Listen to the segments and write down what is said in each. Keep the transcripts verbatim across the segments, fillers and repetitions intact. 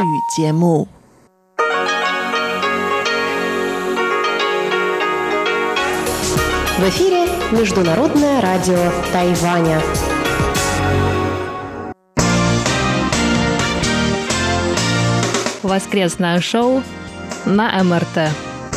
语节目。 В эфире Международное радио Тайваня. Воскресное шоу на эм эр тэ.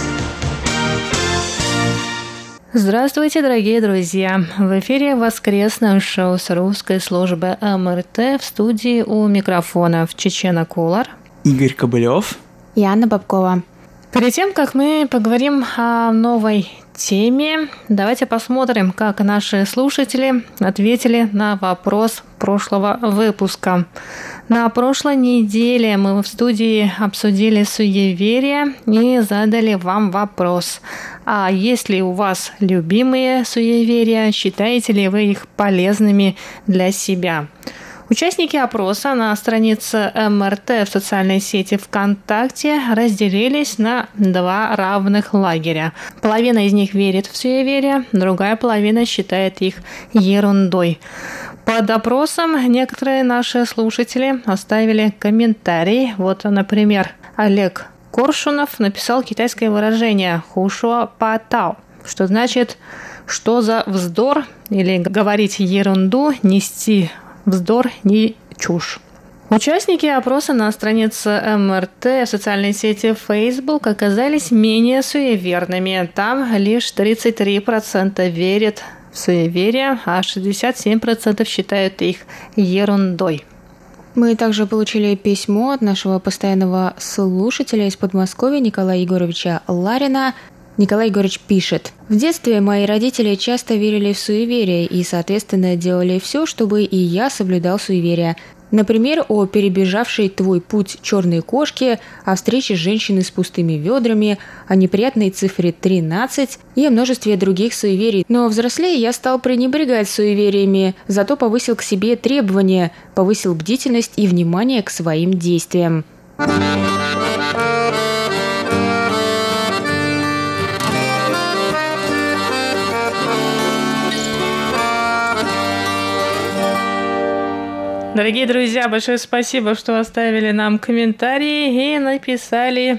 Здравствуйте, дорогие друзья! В эфире воскресное шоу с русской службы эм эр тэ. В студии у микрофонов Чечена Кулар, Игорь Кобылев и Анна Бабкова. Перед тем, как мы поговорим о новой теме, давайте посмотрим, как наши слушатели ответили на вопрос прошлого выпуска. На прошлой неделе мы в студии обсудили суеверия и задали вам вопрос: а есть ли у вас любимые суеверия, считаете ли вы их полезными для себя? Участники опроса на странице эм эр тэ в социальной сети ВКонтакте разделились на два равных лагеря. Половина из них верит в суеверия, другая половина считает их ерундой. Под опросом некоторые наши слушатели оставили комментарии. Вот, например, Олег Коршунов написал китайское выражение «хушуа патау», что значит «что за вздор» или говорить ерунду, нести вздор, не чушь. Участники опроса на странице эм эр тэ в социальной сети Facebook оказались менее суеверными. Там лишь тридцать три процента верят в суеверия, а шестьдесят семь процентов считают их ерундой. Мы также получили письмо от нашего постоянного слушателя из Подмосковья Николая Егоровича Ларина. Николай Егорович пишет: «В детстве мои родители часто верили в суеверия и, соответственно, делали все, чтобы и я соблюдал суеверия. Например, о перебежавшей твой путь черной кошке, о встрече женщины с пустыми ведрами, о неприятной цифре тринадцать и о множестве других суеверий. Но взрослее я стал пренебрегать суевериями, зато повысил к себе требования, повысил бдительность и внимание к своим действиям». Дорогие друзья, большое спасибо, что оставили нам комментарии и написали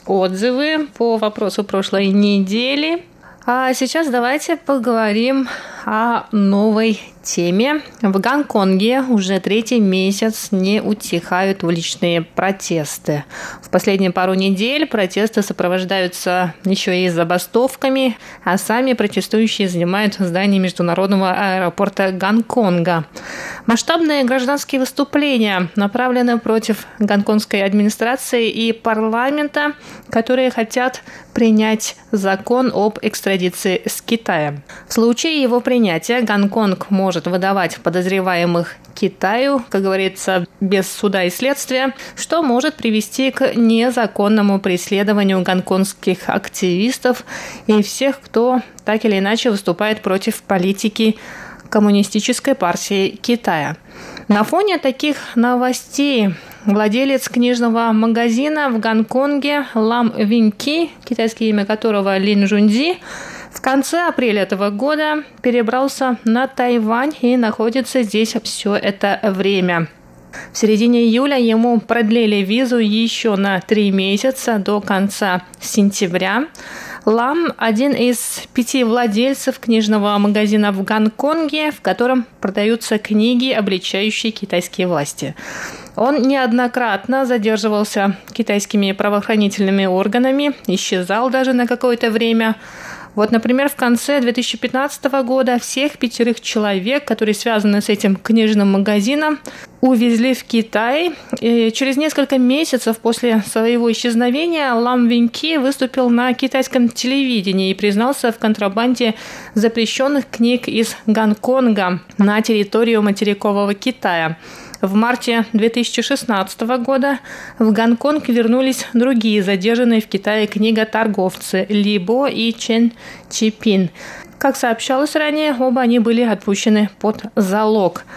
отзывы по вопросу прошлой недели. А сейчас давайте поговорим о новой теме. В Гонконге уже третий месяц не утихают уличные протесты. В последние пару недель протесты сопровождаются еще и забастовками, а сами протестующие занимают здание международного аэропорта Гонконга. Масштабные гражданские выступления направлены против гонконгской администрации и парламента, которые хотят принять закон об экстрадиции с Китаем. В случае его принятия Гонконг может выдавать подозреваемых Китаю, как говорится, без суда и следствия, что может привести к незаконному преследованию гонконгских активистов и всех, кто так или иначе выступает против политики Коммунистической партии Китая. На фоне таких новостей владелец книжного магазина в Гонконге Лам Винки, китайское имя которого Лин Жунзи, в конце апреля этого года перебрался на Тайвань и находится здесь все это время. В середине июля ему продлили визу еще на три месяца до конца сентября. Лам – один из пяти владельцев книжного магазина в Гонконге, в котором продаются книги, обличающие китайские власти. Он неоднократно задерживался китайскими правоохранительными органами, исчезал даже на какое-то время. Вот, например, в конце две тысячи пятнадцатого года всех пятерых человек, которые связаны с этим книжным магазином, увезли в Китай. И через несколько месяцев после своего исчезновения Лам Винки выступил на китайском телевидении и признался в контрабанде запрещенных книг из Гонконга на территорию материкового Китая. В марте две тысячи шестнадцатого года в Гонконг вернулись другие задержанные в Китае книготорговцы Ли Бо и Чен Чипин. Как сообщалось ранее, оба они были отпущены под залог.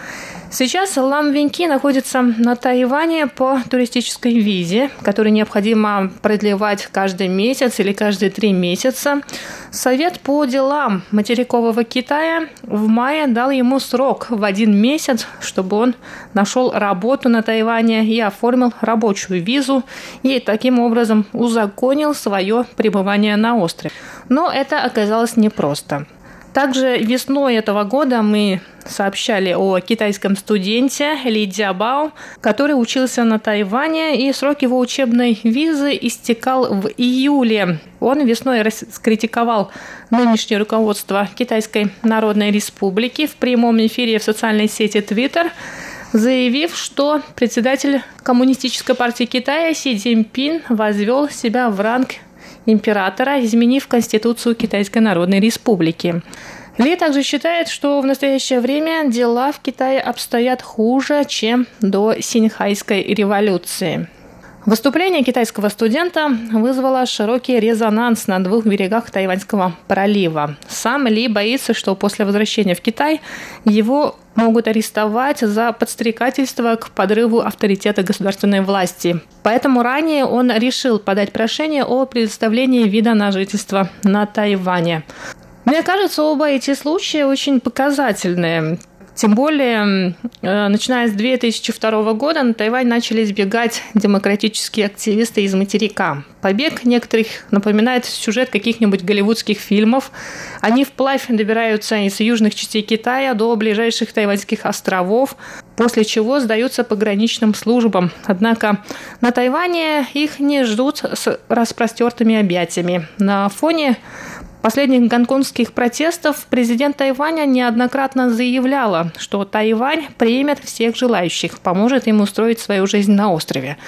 Сейчас Лам Веньки находится на Тайване по туристической визе, которую необходимо продлевать каждый месяц или каждые три месяца. Совет по делам материкового Китая в мае дал ему срок в один месяц, чтобы он нашел работу на Тайване и оформил рабочую визу, и таким образом узаконил свое пребывание на острове. Но это оказалось непросто. Также весной этого года мы сообщали о китайском студенте Ли Дзябао, который учился на Тайване, и срок его учебной визы истекал в июле. Он весной раскритиковал нынешнее руководство Китайской Народной Республики в прямом эфире в социальной сети Twitter, заявив, что председатель Коммунистической партии Китая Си Цзиньпин возвел себя в ранг императора, изменив Конституцию Китайской Народной Республики. Ли также считает, что в настоящее время дела в Китае обстоят хуже, чем до Синьхайской революции. Выступление китайского студента вызвало широкий резонанс на двух берегах Тайваньского пролива. Сам Ли боится, что после возвращения в Китай его могут арестовать за подстрекательство к подрыву авторитета государственной власти. Поэтому ранее он решил подать прошение о предоставлении вида на жительство на Тайване. Мне кажется, оба эти случая очень показательные. Тем более, начиная с две тысячи второго года на Тайвань начали избегать демократические активисты из материка. Побег некоторых напоминает сюжет каких-нибудь голливудских фильмов. Они вплавь добираются из южных частей Китая до ближайших тайваньских островов, после чего сдаются пограничным службам. Однако на Тайване их не ждут с распростертыми объятиями. На фоне последних гонконгских протестов президент Тайваня неоднократно заявляла, что Тайвань примет всех желающих, поможет им устроить свою жизнь на острове.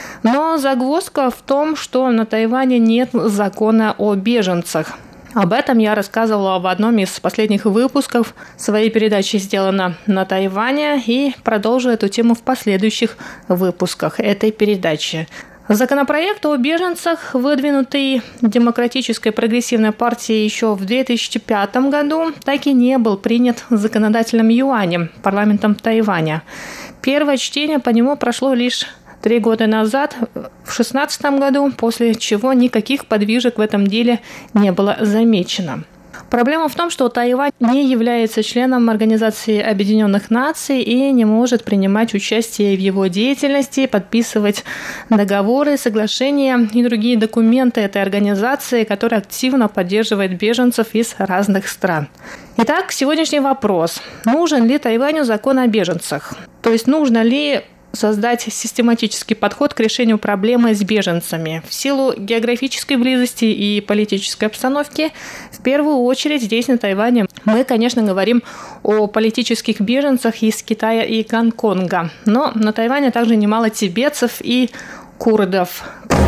Но загвоздка в том, что на Тайване нет закона о беженцах. Об этом я рассказывала в одном из последних выпусков своей передачи «Сделано на Тайване» и продолжу эту тему в последующих выпусках этой передачи. Законопроект о беженцах, выдвинутый Демократической прогрессивной партией еще в две тысячи пятом году, так и не был принят законодательным юанем, парламентом Тайваня. Первое чтение по нему прошло лишь три года назад, в две тысячи шестнадцатом году, после чего никаких подвижек в этом деле не было замечено. Проблема в том, что Тайвань не является членом Организации Объединенных Наций и не может принимать участие в его деятельности, подписывать договоры, соглашения и другие документы этой организации, которая активно поддерживает беженцев из разных стран. Итак, сегодняшний вопрос. Нужен ли Тайваню закон о беженцах? То есть нужно ли создать систематический подход к решению проблемы с беженцами. В силу географической близости и политической обстановки, в первую очередь здесь, на Тайване, мы, конечно, говорим о политических беженцах из Китая и Гонконга. Но на Тайване также немало тибетцев и курдов.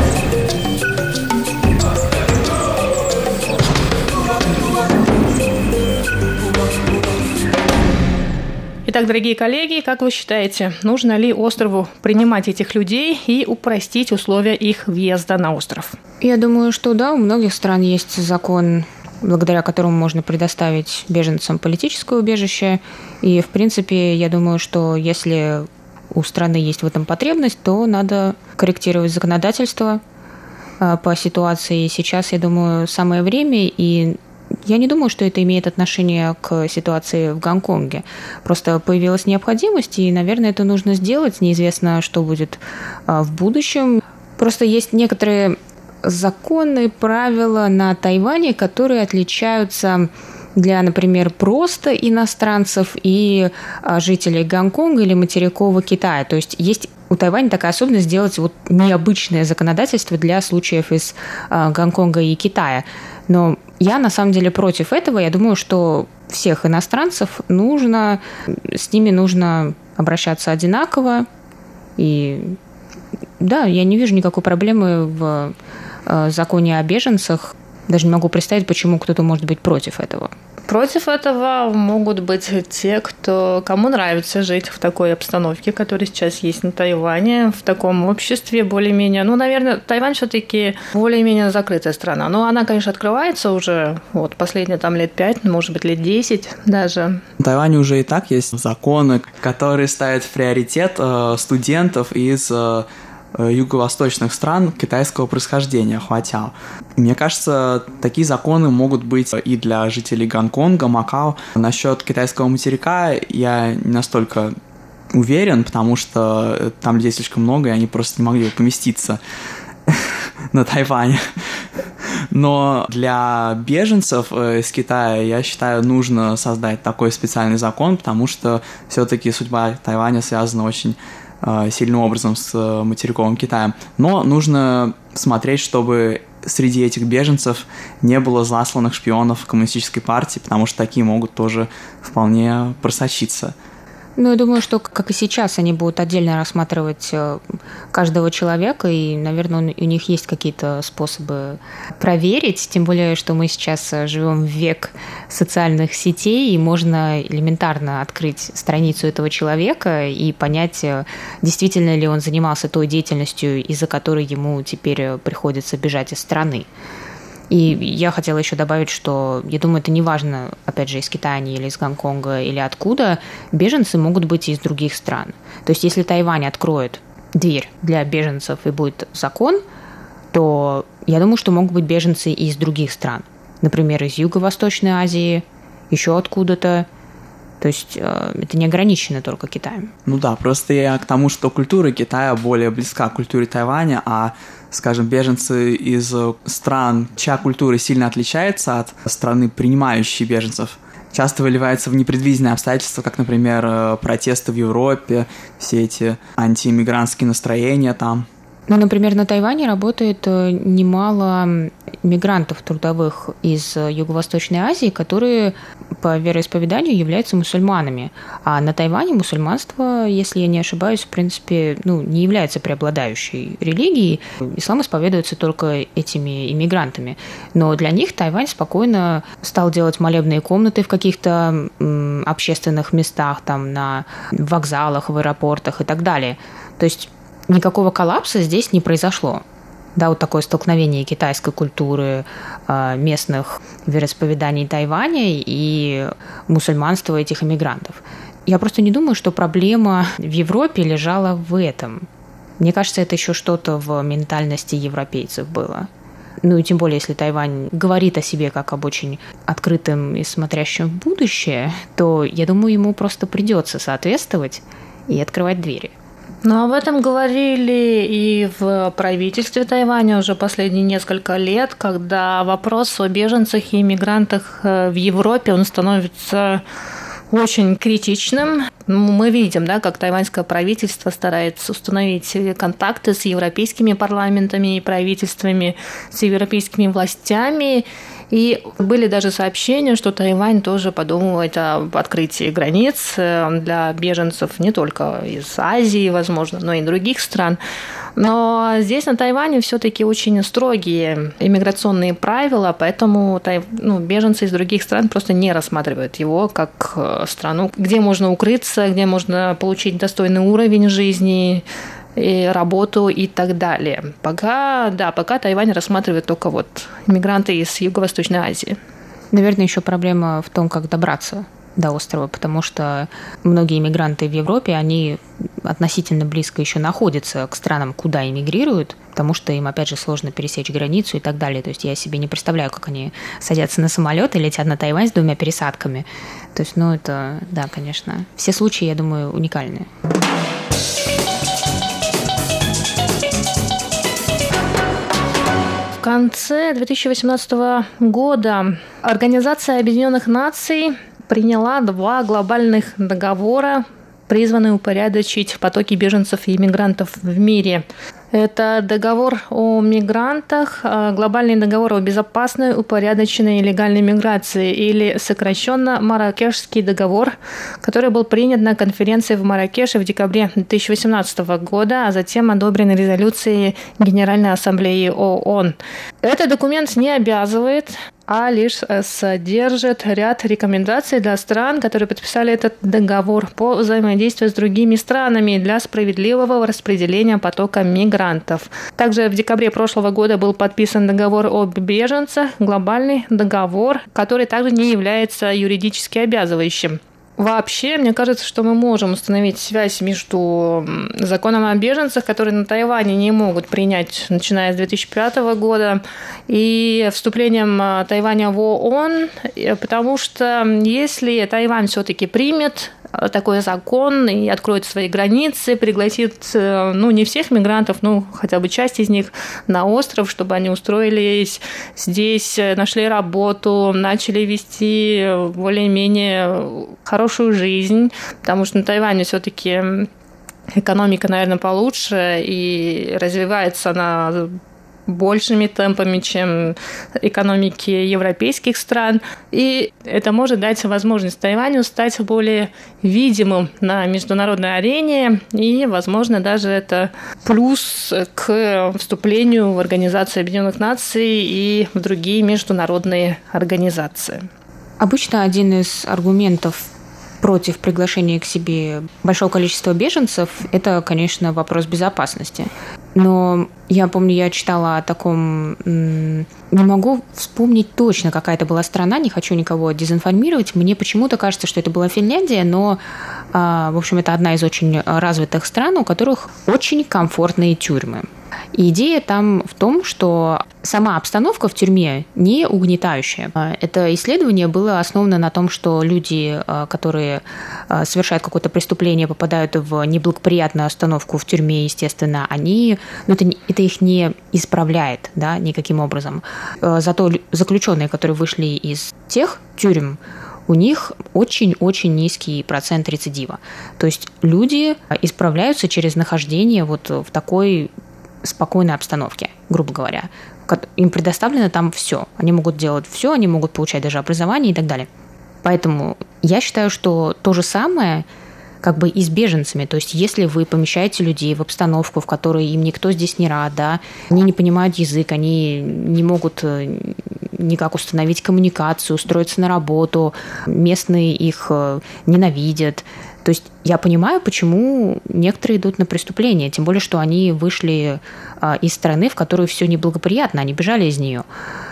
Итак, дорогие коллеги, как вы считаете, нужно ли острову принимать этих людей и упростить условия их въезда на остров? Я думаю, что да, у многих стран есть закон, благодаря которому можно предоставить беженцам политическое убежище. И, в принципе, я думаю, что если у страны есть в этом потребность, то надо корректировать законодательство по ситуации. Сейчас, я думаю, самое время, и я не думаю, что это имеет отношение к ситуации в Гонконге. Просто появилась необходимость, и, наверное, это нужно сделать. Неизвестно, что будет в будущем. Просто есть некоторые законы, правила на Тайване, которые отличаются для, например, просто иностранцев и жителей Гонконга или материкового Китая. То есть есть у Тайваня такая особенность сделать вот необычное законодательство для случаев из Гонконга и Китая. Но я на самом деле против этого. Я думаю, что всех иностранцев нужно, с ними нужно обращаться одинаково. И да, я не вижу никакой проблемы в законе о беженцах. Даже не могу представить, почему кто-то может быть против этого. Против этого могут быть те, кто, кому нравится жить в такой обстановке, которая сейчас есть на Тайване, в таком обществе более-менее. Ну, наверное, Тайвань все-таки более-менее закрытая страна. Но она, конечно, открывается уже вот последние там лет пять, может быть, лет десять даже. В Тайване уже и так есть законы, которые ставят в приоритет студентов из юго-восточных стран китайского происхождения, хуатяо. Мне кажется, такие законы могут быть и для жителей Гонконга, Макао. Насчет китайского материка я не настолько уверен, потому что там людей слишком много, и они просто не могли поместиться на Тайване. Но для беженцев из Китая, я считаю, нужно создать такой специальный закон, потому что все-таки судьба Тайваня связана очень сильным образом с материковым Китаем. Но нужно смотреть, чтобы среди этих беженцев не было засланных шпионов коммунистической партии, потому что такие могут тоже вполне просочиться. Ну, я думаю, что, как и сейчас, они будут отдельно рассматривать каждого человека, и, наверное, у них есть какие-то способы проверить, тем более, что мы сейчас живем в век социальных сетей, и можно элементарно открыть страницу этого человека и понять, действительно ли он занимался той деятельностью, из-за которой ему теперь приходится бежать из страны. И я хотела еще добавить, что, я думаю, это не важно, опять же, из Китая или из Гонконга или откуда, беженцы могут быть и из других стран. То есть, если Тайвань откроет дверь для беженцев и будет закон, то я думаю, что могут быть беженцы и из других стран. Например, из Юго-Восточной Азии, еще откуда-то. То есть это не ограничено только Китаем. Ну да, просто я к тому, что культура Китая более близка к культуре Тайваня, а, скажем, беженцы из стран, чья культура сильно отличается от страны, принимающей беженцев, часто выливается в непредвиденные обстоятельства, как, например, протесты в Европе, все эти антииммигрантские настроения там. Ну, например, на Тайване работает немало мигрантов трудовых из Юго-Восточной Азии, которые по вероисповеданию являются мусульманами. А на Тайване мусульманство, если я не ошибаюсь, в принципе, ну, не является преобладающей религией. Ислам исповедуется только этими иммигрантами. Но для них Тайвань спокойно стал делать молебные комнаты в каких-то м, общественных местах, там, на вокзалах, в аэропортах и так далее. То есть никакого коллапса здесь не произошло. Да, вот такое столкновение китайской культуры, местных вероисповеданий Тайваня и мусульманства этих иммигрантов. Я просто не думаю, что проблема в Европе лежала в этом. Мне кажется, это еще что-то в ментальности европейцев было. Ну и тем более, если Тайвань говорит о себе как об очень открытом и смотрящем в будущее, то, я думаю, ему просто придется соответствовать и открывать двери. Но об этом говорили и в правительстве Тайваня уже последние несколько лет, когда вопрос о беженцах и иммигрантах в Европе, он становится очень критичным. Мы видим, да, как тайваньское правительство старается установить контакты с европейскими парламентами и правительствами, с европейскими властями. И были даже сообщения, что Тайвань тоже подумывает об открытии границ для беженцев не только из Азии, возможно, но и других стран. Но здесь на Тайване все-таки очень строгие иммиграционные правила, поэтому ну, беженцы из других стран просто не рассматривают его как страну, где можно укрыться, где можно получить достойный уровень жизни, и работу и так далее. Пока, да, пока Тайвань рассматривает только вот иммигранты из Юго-Восточной Азии. Наверное, еще проблема в том, как добраться до острова, потому что многие иммигранты в Европе, они относительно близко еще находятся к странам, куда эмигрируют, потому что им, опять же, сложно пересечь границу и так далее. То есть я себе не представляю, как они садятся на самолет и летят на Тайвань с двумя пересадками. То есть, ну, это, да, конечно. Все случаи, я думаю, уникальные. В конце две тысячи восемнадцатого года Организация Объединенных Наций приняла два глобальных договора, призванные упорядочить потоки беженцев и иммигрантов в мире. Это договор о мигрантах, глобальный договор о безопасной, упорядоченной и легальной миграции, или сокращенно Марракешский договор, который был принят на конференции в Марракеше в декабре две тысячи восемнадцатого года, а затем одобрен резолюцией Генеральной Ассамблеи ООН. Этот документ не обязывает, а лишь содержит ряд рекомендаций для стран, которые подписали этот договор по взаимодействию с другими странами для справедливого распределения потока мигрантов. Также в декабре прошлого года был подписан договор об беженцах, глобальный договор, который также не является юридически обязывающим. Вообще, мне кажется, что мы можем установить связь между законом о беженцах, который на Тайване не могут принять, начиная с две тысячи пятого года, и вступлением Тайваня в ООН, потому что если Тайвань все-таки примет такой закон и откроет свои границы, пригласит, ну, не всех мигрантов, ну, хотя бы часть из них на остров, чтобы они устроились здесь, нашли работу, начали вести более-менее хорошую жизнь, потому что на Тайване все-таки экономика, наверное, получше и развивается она большими темпами, чем экономики европейских стран. И это может дать возможность Тайваню стать более видимым на международной арене, и, возможно, даже это плюс к вступлению в Организацию Объединенных Наций и в другие международные организации. Обычно один из аргументов против приглашения к себе большого количества беженцев – это, конечно, вопрос безопасности. Но я помню, я читала о таком... Не могу вспомнить точно, какая это была страна, не хочу никого дезинформировать. Мне почему-то кажется, что это была Финляндия, но, в общем, это одна из очень развитых стран, у которых очень комфортные тюрьмы. И идея там в том, что сама обстановка в тюрьме не угнетающая. Это исследование было основано на том, что люди, которые совершают какое-то преступление, попадают в неблагоприятную обстановку в тюрьме, естественно, они, ну, это, это их не исправляет, да, никаким образом. Зато заключенные, которые вышли из тех тюрем, у них очень-очень низкий процент рецидива. То есть люди исправляются через нахождение вот в такой спокойной обстановке, грубо говоря. Им предоставлено там все. Они могут делать все, они могут получать даже образование и так далее. Поэтому я считаю, что то же самое как бы и с беженцами. То есть если вы помещаете людей в обстановку, в которой им никто здесь не рад, да, они не понимают язык, они не могут никак установить коммуникацию, устроиться на работу, местные их ненавидят. То есть я понимаю, почему некоторые идут на преступления, тем более, что они вышли из страны, в которой все неблагоприятно, они бежали из нее.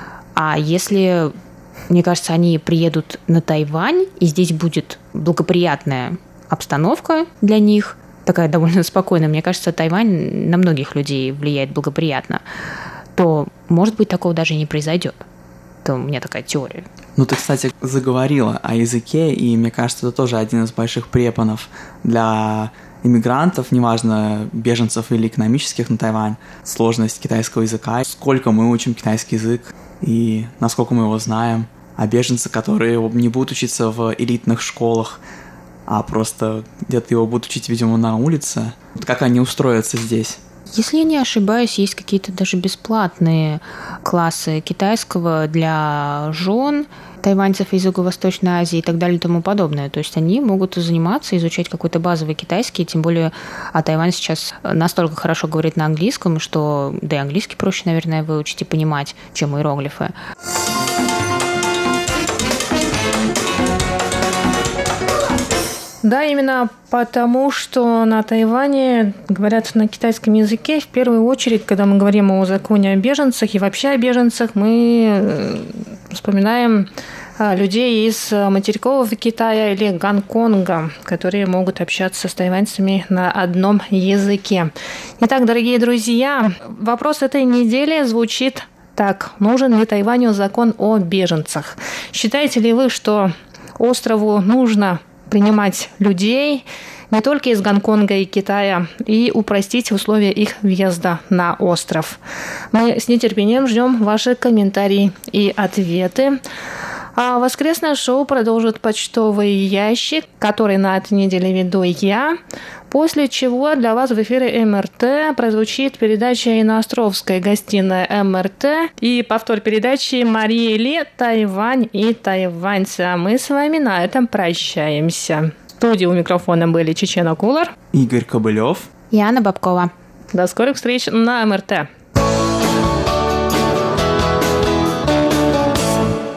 А если, мне кажется, они приедут на Тайвань, и здесь будет благоприятная обстановка для них, такая довольно спокойная, мне кажется, Тайвань на многих людей влияет благоприятно, то, может быть, такого даже и не произойдет. Это у меня такая теория. Ну, ты, кстати, заговорила о языке, и мне кажется, это тоже один из больших препонов для иммигрантов, неважно, беженцев или экономических на Тайвань, сложность китайского языка, сколько мы учим китайский язык и насколько мы его знаем, а беженцы, которые не будут учиться в элитных школах, а просто где-то его будут учить, видимо, на улице, как они устроятся здесь? Если я не ошибаюсь, есть какие-то даже бесплатные классы китайского для жен тайваньцев из Юго-Восточной Азии и так далее и тому подобное. То есть они могут заниматься, изучать какой-то базовый китайский, тем более а Тайвань сейчас настолько хорошо говорит на английском, что да и английский проще, наверное, выучить и понимать, чем иероглифы. Да, именно потому, что на Тайване говорят на китайском языке. В первую очередь, когда мы говорим о законе о беженцах и вообще о беженцах, мы вспоминаем людей из материкового Китая или Гонконга, которые могут общаться с тайваньцами на одном языке. Итак, дорогие друзья, вопрос этой недели звучит так. Нужен ли Тайваню закон о беженцах? Считаете ли вы, что острову нужно принимать людей не только из Гонконга и Китая и упростить условия их въезда на остров? Мы с нетерпением ждем ваши комментарии и ответы. А воскресное шоу продолжит почтовый ящик, который на этой неделе веду я, после чего для вас в эфире эм эр тэ прозвучит передача «Иноостровская гостиная эм эр тэ» и повтор передачи Марии Ли «Тайвань и тайваньцы». А мы с вами на этом прощаемся. В студии у микрофона были Чечена Кулар, Игорь Кобылев и Анна Бабкова. До скорых встреч на эм эр тэ.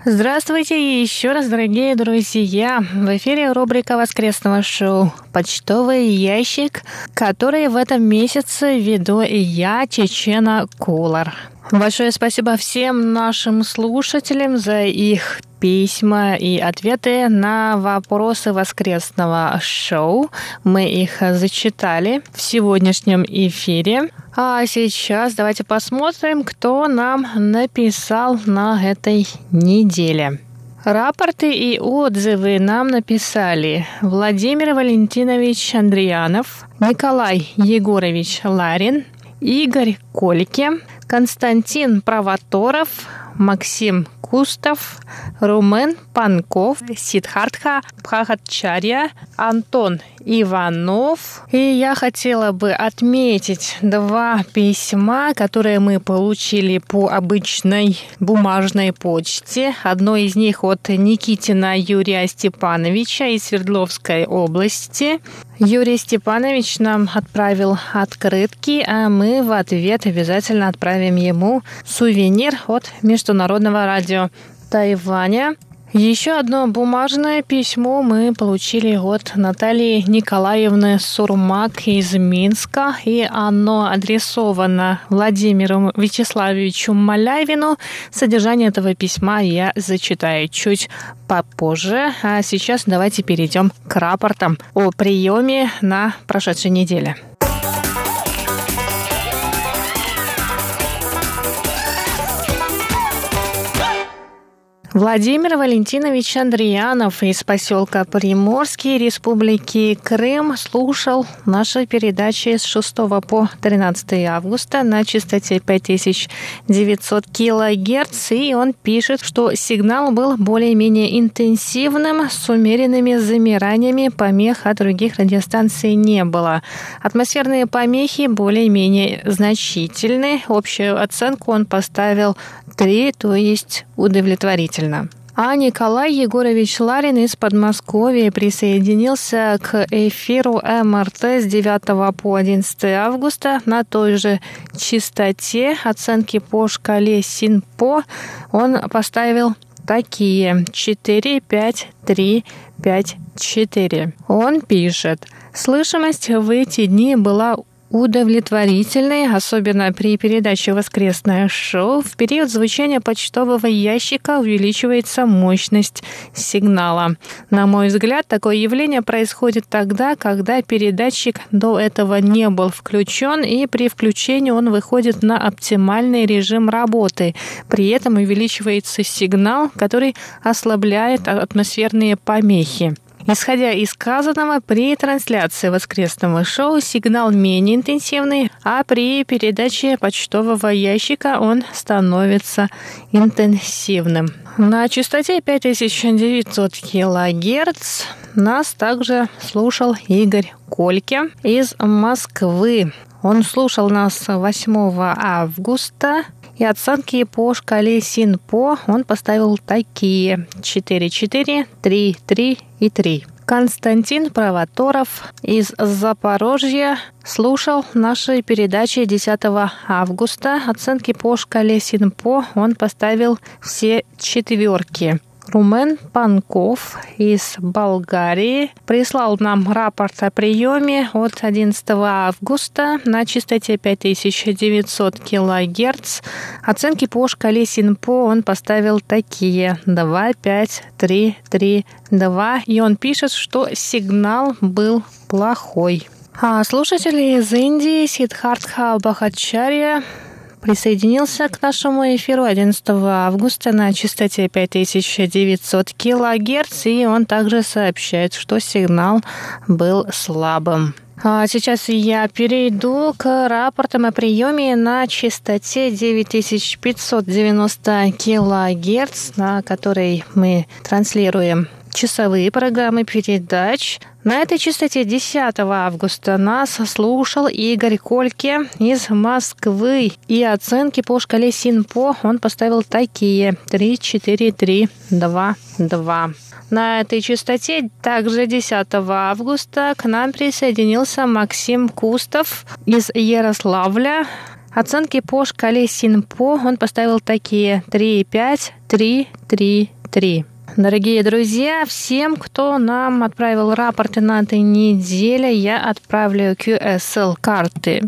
Здравствуйте еще раз, дорогие друзья! В эфире рубрика воскресного шоу «Почтовый ящик», который в этом месяце веду я, Чечена Кулар. Большое спасибо всем нашим слушателям за их письма и ответы на вопросы воскресного шоу. Мы их зачитали в сегодняшнем эфире. А сейчас давайте посмотрим, кто нам написал на этой неделе. Рапорты и отзывы нам написали Владимир Валентинович Андриянов, Николай Егорович Ларин, Игорь Кольке, Константин Провоторов, Максим Кустов, Румен Панков, Сиддхартха Бхагатчарья, Антон Иванов. И я хотела бы отметить два письма, которые мы получили по обычной бумажной почте. Одно из них от Никитина Юрия Степановича из Свердловской области. Юрий Степанович нам отправил открытки, а мы в ответ обязательно отправим ему сувенир от Международного радио Тайваня. Еще одно бумажное письмо мы получили от Натальи Николаевны Сурмак из Минска, и оно адресовано Владимиру Вячеславовичу Малявину. Содержание этого письма я зачитаю чуть попозже, а сейчас давайте перейдем к рапортам о приеме на прошедшей неделе. Владимир Валентинович Андриянов из поселка Приморский Республики Крым слушал наши передачи с шестого по тринадцатое августа на частоте пять тысяч девятьсот килогерц, и он пишет, что сигнал был более-менее интенсивным, с умеренными замираниями, помех от других радиостанций не было. Атмосферные помехи более-менее значительны. Общую оценку он поставил три, то есть удовлетворительно. А Николай Егорович Ларин из Подмосковья присоединился к эфиру эм эр тэ с девятого по одиннадцатое августа на той же частоте. Оценки по шкале Синпо он поставил такие: четыре, пять, три, пять, четыре. Он пишет: слышимость в эти дни была удовлетворительной, особенно при передаче «Воскресное шоу». В период звучания почтового ящика увеличивается мощность сигнала. На мой взгляд, такое явление происходит тогда, когда передатчик до этого не был включен, и при включении он выходит на оптимальный режим работы. При этом увеличивается сигнал, который ослабляет атмосферные помехи. Исходя из сказанного, при трансляции воскресного шоу сигнал менее интенсивный, а при передаче почтового ящика он становится интенсивным. На частоте пять тысяч девятьсот килогерц нас также слушал Игорь Кольке из Москвы. Он слушал нас восьмого августа. И оценки по шкале Синпо он поставил такие: четыре, четыре, три, три и три. Константин Провоторов из Запорожья слушал наши передачи десятого августа. Оценки по шкале Синпо он поставил все четверки. Румен Панков из Болгарии прислал нам рапорт о приеме от одиннадцатого августа на частоте пять тысяч девятьсот килогерц. Оценки по шкале Синпо он поставил такие: два, пять, три, три, два. И он пишет, что сигнал был плохой. А слушатели из Индии Сиддхартха Бхагатчарья присоединился к нашему эфиру одиннадцатого августа на частоте пять тысяч девятьсот килогерц, и он также сообщает, что сигнал был слабым. А сейчас я перейду к рапортам о приеме на частоте девять тысяч пятьсот девяносто килогерц, на которой мы транслируем часовые программы передач. На этой частоте десятого августа нас слушал Игорь Кольке из Москвы. И оценки по шкале Синпо он поставил такие: три, четыре, три, два, два. На этой частоте также десятого августа к нам присоединился Максим Кустов из Ярославля. Оценки по шкале Синпо он поставил такие: три и пять, три, три, три. Дорогие друзья, всем, кто нам отправил рапорты на этой неделе, я отправлю кью эс эл-карты.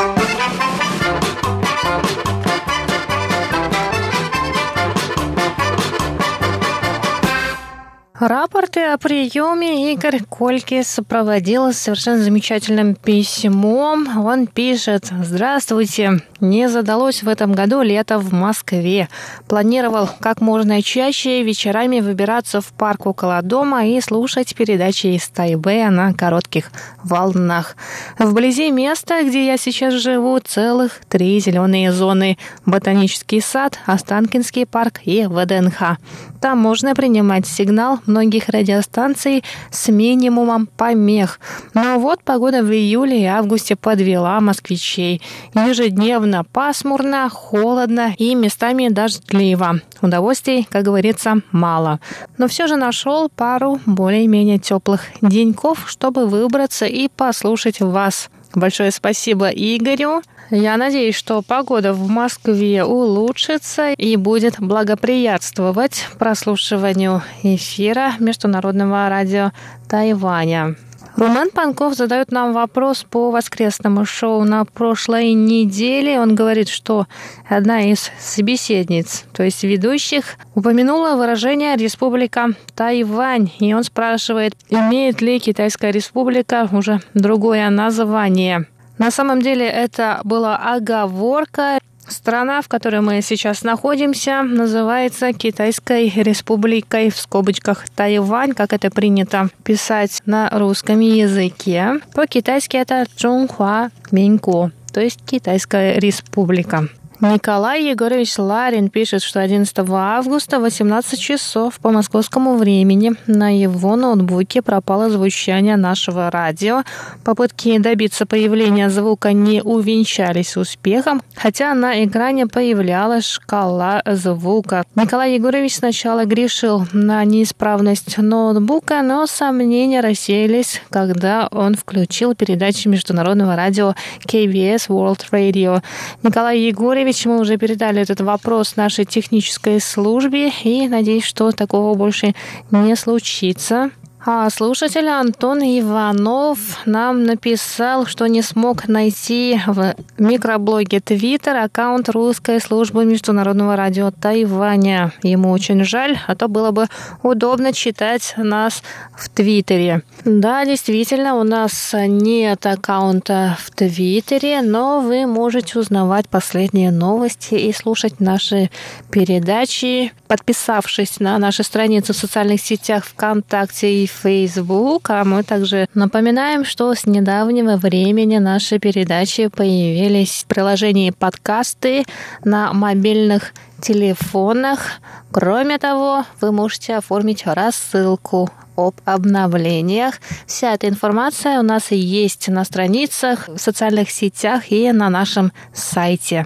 Рапорты о приеме Игорь Колькис сопроводил совершенно замечательным письмом. Он пишет: «Здравствуйте. Не задалось в этом году лето в Москве. Планировал как можно чаще вечерами выбираться в парк около дома и слушать передачи из Тайбэя на коротких волнах. Вблизи места, где я сейчас живу, целых три зеленые зоны: Ботанический сад, Останкинский парк и вэ дэ эн ха. Там можно принимать сигнал многих радиостанций с минимумом помех. Но вот погода в июле и августе подвела москвичей. Ежедневно пасмурно, холодно и местами дождливо. Удовольствий, как говорится, мало. Но все же нашел пару более-менее теплых деньков, чтобы выбраться и послушать вас». Большое спасибо Игорю. Я надеюсь, что погода в Москве улучшится и будет благоприятствовать прослушиванию эфира Международного радио Тайваня. Румэн Панков задает нам вопрос по воскресному шоу на прошлой неделе. Он говорит, что одна из собеседниц, то есть ведущих, упомянула выражение «Республика Тайвань». И он спрашивает, имеет ли Китайская республика уже другое название. На самом деле это была оговорка. Страна, в которой мы сейчас находимся, называется Китайской республикой, в скобочках Тайвань, как это принято писать на русском языке. По-китайски это Чжунхуа Минько, то есть Китайская республика. Николай Егорович Ларин пишет, что одиннадцатого августа в восемнадцать часов по московскому времени на его ноутбуке пропало звучание нашего радио. Попытки добиться появления звука не увенчались успехом, хотя на экране появлялась шкала звука. Николай Егорович сначала грешил на неисправность ноутбука, но сомнения рассеялись, когда он включил передачи международного радио кей би эс World Radio. Николай Егорович, мы уже передали этот вопрос нашей технической службе и надеюсь, что такого больше не случится. А слушатель Антон Иванов нам написал, что не смог найти в микроблоге Twitter аккаунт русской службы Международного радио Тайваня. Ему очень жаль, а то было бы удобно читать нас в Твиттере. Да, действительно, у нас нет аккаунта в Твиттере, но вы можете узнавать последние новости и слушать наши передачи, подписавшись на наши страницы в социальных сетях ВКонтакте и Facebook, а мы также напоминаем, что с недавнего времени наши передачи появились в приложении подкасты на мобильных телефонах. Кроме того, вы можете оформить рассылку об обновлениях. Вся эта информация у нас есть на страницах, в социальных сетях и на нашем сайте.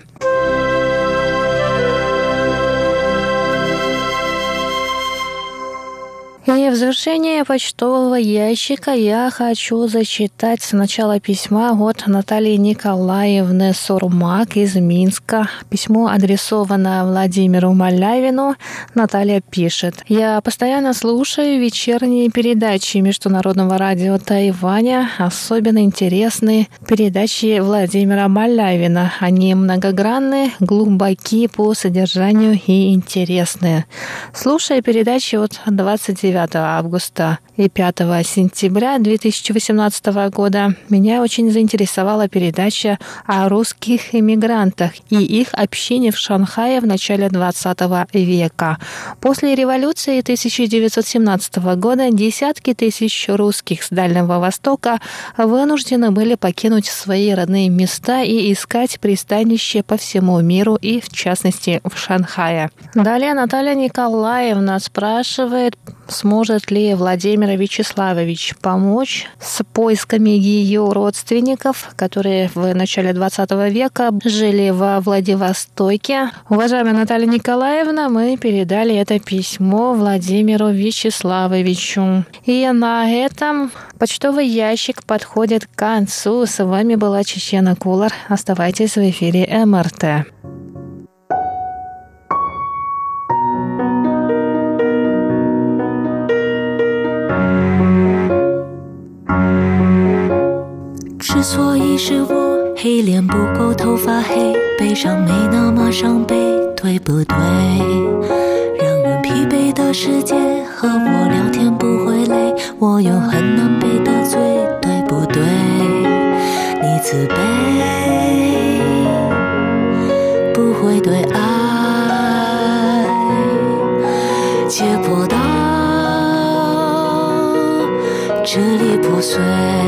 И в завершение почтового ящика я хочу зачитать сначала письма от Натальи Николаевны Сурмак из Минска. Письмо адресовано Владимиру Малявину. Наталья пишет: «Я постоянно слушаю вечерние передачи Международного радио Тайваня. Особенно интересны передачи Владимира Малявина. Они многогранны, глубоки по содержанию и интересные. Слушая передачи от двадцать девятого августа и пятого сентября две тысячи восемнадцатого года, меня очень заинтересовала передача о русских иммигрантах и их общине в Шанхае в начале двадцатого века. После революции тысяча девятьсот семнадцатого года десятки тысяч русских с Дальнего Востока вынуждены были покинуть свои родные места и искать пристанище по всему миру и, в частности, в Шанхае». Далее Наталья Николаевна спрашивает, сможет ли Владимир Владимир Вячеславович помочь с поисками ее родственников, которые в начале двадцатого века жили во Владивостоке. Уважаемая Наталья Николаевна, мы передали это письмо Владимиру Вячеславовичу. И на этом почтовый ящик подходит к концу. С вами была Чечена Кулар. Оставайтесь в эфире эм эр тэ. 之所以是我黑脸不够头发黑，悲伤没那么伤悲，对不对？让人疲惫的世界和我聊天不会累，我又很难被得罪，对不对？你慈悲不会对爱解剖到支离破碎。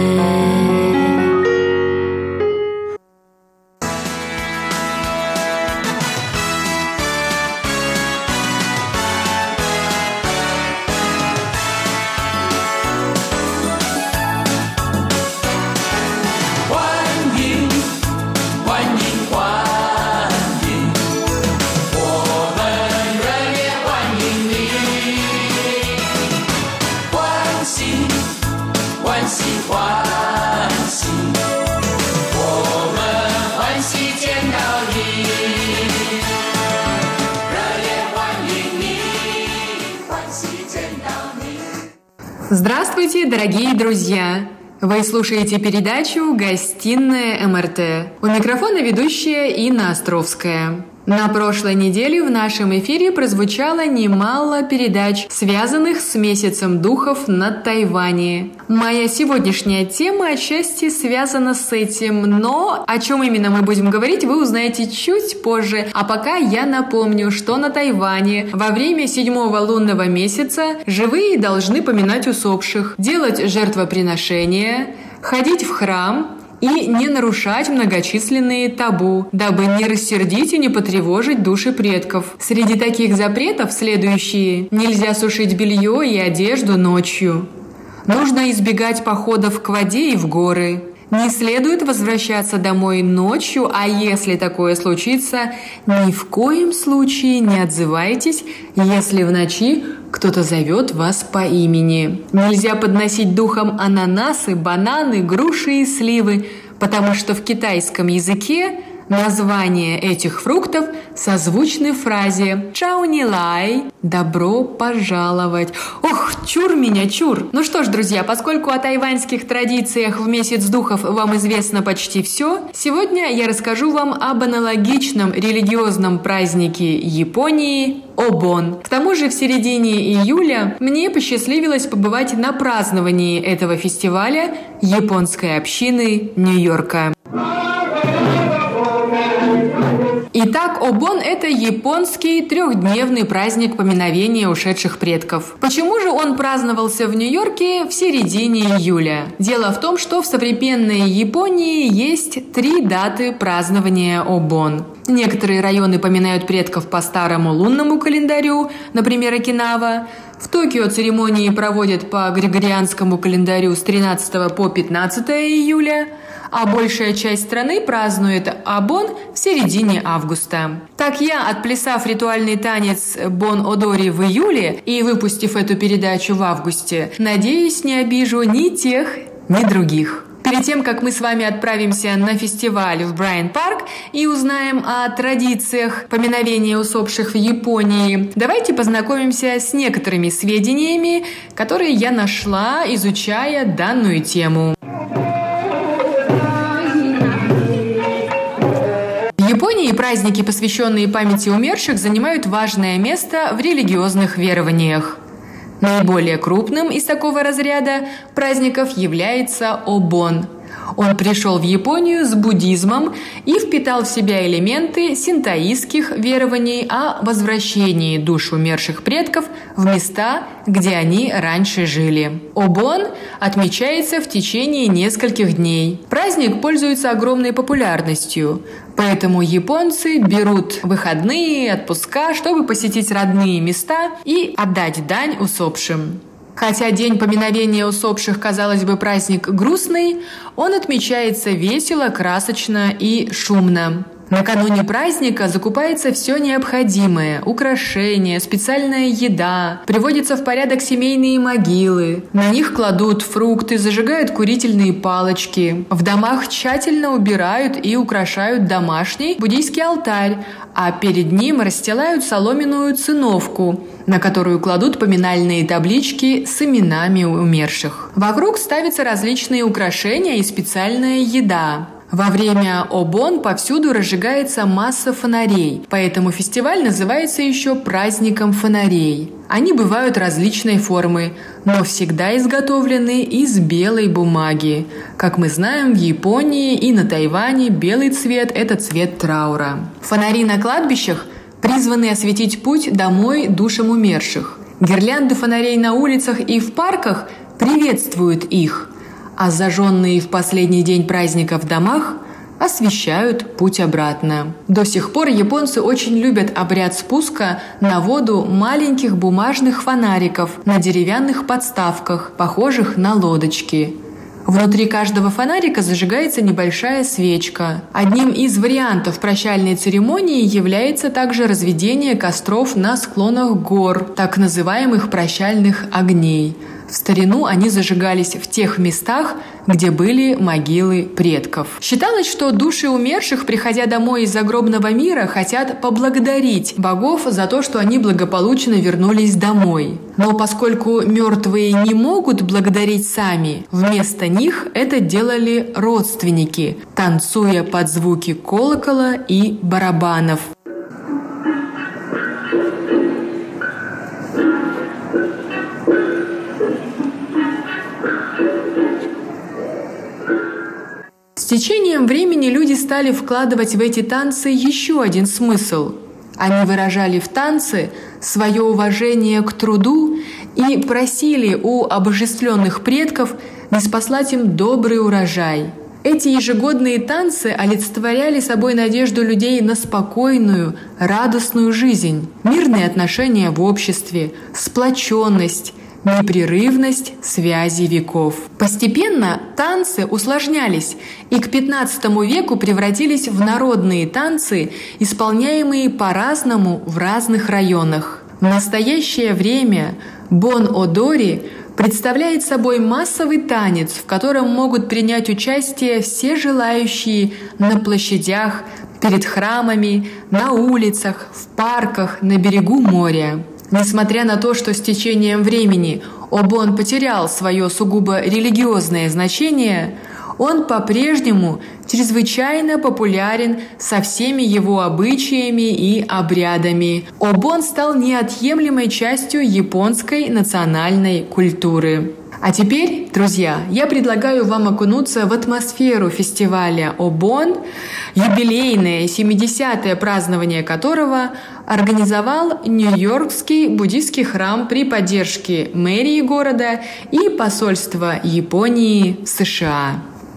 Здравствуйте, дорогие друзья! Вы слушаете передачу «Гостиная эм эр тэ». У микрофона ведущая Инна Островская. На прошлой неделе в нашем эфире прозвучало немало передач, связанных с месяцем духов на Тайване. Моя сегодняшняя тема отчасти связана с этим, но о чем именно мы будем говорить, вы узнаете чуть позже. А пока я напомню, что на Тайване во время седьмого лунного месяца живые должны поминать усопших, делать жертвоприношения, ходить в храм и не нарушать многочисленные табу, дабы не рассердить и не потревожить души предков. Среди таких запретов следующие: нельзя сушить белье и одежду ночью, нужно избегать походов к воде и в горы, не следует возвращаться домой ночью, а если такое случится, ни в коем случае не отзывайтесь, если в ночи кто-то зовет вас по имени. Нельзя подносить духам ананасы, бананы, груши и сливы, потому что в китайском языке названия этих фруктов созвучны фразе «Чао ни лай» – «добро пожаловать». Ох, чур меня, чур! Ну что ж, друзья, поскольку о тайваньских традициях в месяц духов вам известно почти все, сегодня я расскажу вам об аналогичном религиозном празднике Японии – Обон. К тому же в середине июля мне посчастливилось побывать на праздновании этого фестиваля японской общины Нью-Йорка. Итак, Обон – это японский трехдневный праздник поминовения ушедших предков. Почему же он праздновался в Нью-Йорке в середине июля? Дело в том, что в современной Японии есть три даты празднования Обон. Некоторые районы поминают предков по старому лунному календарю, например, Окинава. В Токио церемонии проводят по григорианскому календарю с тринадцатого по пятнадцатое июля, а большая часть страны празднует Обон в середине августа. Так я, отплясав ритуальный танец Бон-Одори в июле и выпустив эту передачу в августе, надеюсь, не обижу ни тех, ни других. Перед тем, как мы с вами отправимся на фестиваль в Брайант-парк и узнаем о традициях поминовения усопших в Японии, давайте познакомимся с некоторыми сведениями, которые я нашла, изучая данную тему. В Японии праздники, посвященные памяти умерших, занимают важное место в религиозных верованиях. Наиболее крупным из такого разряда праздников является Обон. Он пришел в Японию с буддизмом и впитал в себя элементы синтоистских верований о возвращении душ умерших предков в места, где они раньше жили. Обон отмечается в течение нескольких дней. Праздник пользуется огромной популярностью, поэтому японцы берут выходные, отпуска, чтобы посетить родные места и отдать дань усопшим. Хотя День поминовения усопших, казалось бы, праздник грустный, он отмечается весело, красочно и шумно. Накануне праздника закупается все необходимое – украшения, специальная еда, приводятся в порядок семейные могилы, на них кладут фрукты, зажигают курительные палочки. В домах тщательно убирают и украшают домашний буддийский алтарь, а перед ним расстилают соломенную циновку, на которую кладут поминальные таблички с именами умерших. Вокруг ставятся различные украшения и специальная еда. Во время Обон повсюду разжигается масса фонарей, поэтому фестиваль называется еще праздником фонарей. Они бывают различной формы, но всегда изготовлены из белой бумаги. Как мы знаем, в Японии и на Тайване белый цвет – это цвет траура. Фонари на кладбищах призваны осветить путь домой душам умерших. Гирлянды фонарей на улицах и в парках приветствуют их, а зажженные в последний день праздника в домах освещают путь обратно. До сих пор японцы очень любят обряд спуска на воду маленьких бумажных фонариков на деревянных подставках, похожих на лодочки. Внутри каждого фонарика зажигается небольшая свечка. Одним из вариантов прощальной церемонии является также разведение костров на склонах гор, так называемых прощальных огней. В старину они зажигались в тех местах, где были могилы предков. Считалось, что души умерших, приходя домой из загробного мира, хотят поблагодарить богов за то, что они благополучно вернулись домой. Но поскольку мертвые не могут благодарить сами, вместо них это делали родственники, танцуя под звуки колокола и барабанов. С течением времени люди стали вкладывать в эти танцы еще один смысл. Они выражали в танце свое уважение к труду и просили у обожествленных предков ниспослать им добрый урожай. Эти ежегодные танцы олицетворяли собой надежду людей на спокойную, радостную жизнь, мирные отношения в обществе, сплоченность, непрерывность связи веков. Постепенно танцы усложнялись и к пятнадцатому веку превратились в народные танцы, исполняемые по-разному в разных районах. В настоящее время бон-одори представляет собой массовый танец, в котором могут принять участие все желающие на площадях, перед храмами, на улицах, в парках, на берегу моря. Несмотря на то, что с течением времени обон потерял свое сугубо религиозное значение, он по-прежнему чрезвычайно популярен со всеми его обычаями и обрядами. Обон стал неотъемлемой частью японской национальной культуры. А теперь, друзья, я предлагаю вам окунуться в атмосферу фестиваля Обон, юбилейное семидесятое празднование которого организовал Нью-Йоркский буддийский храм при поддержке мэрии города и посольства Японии в США.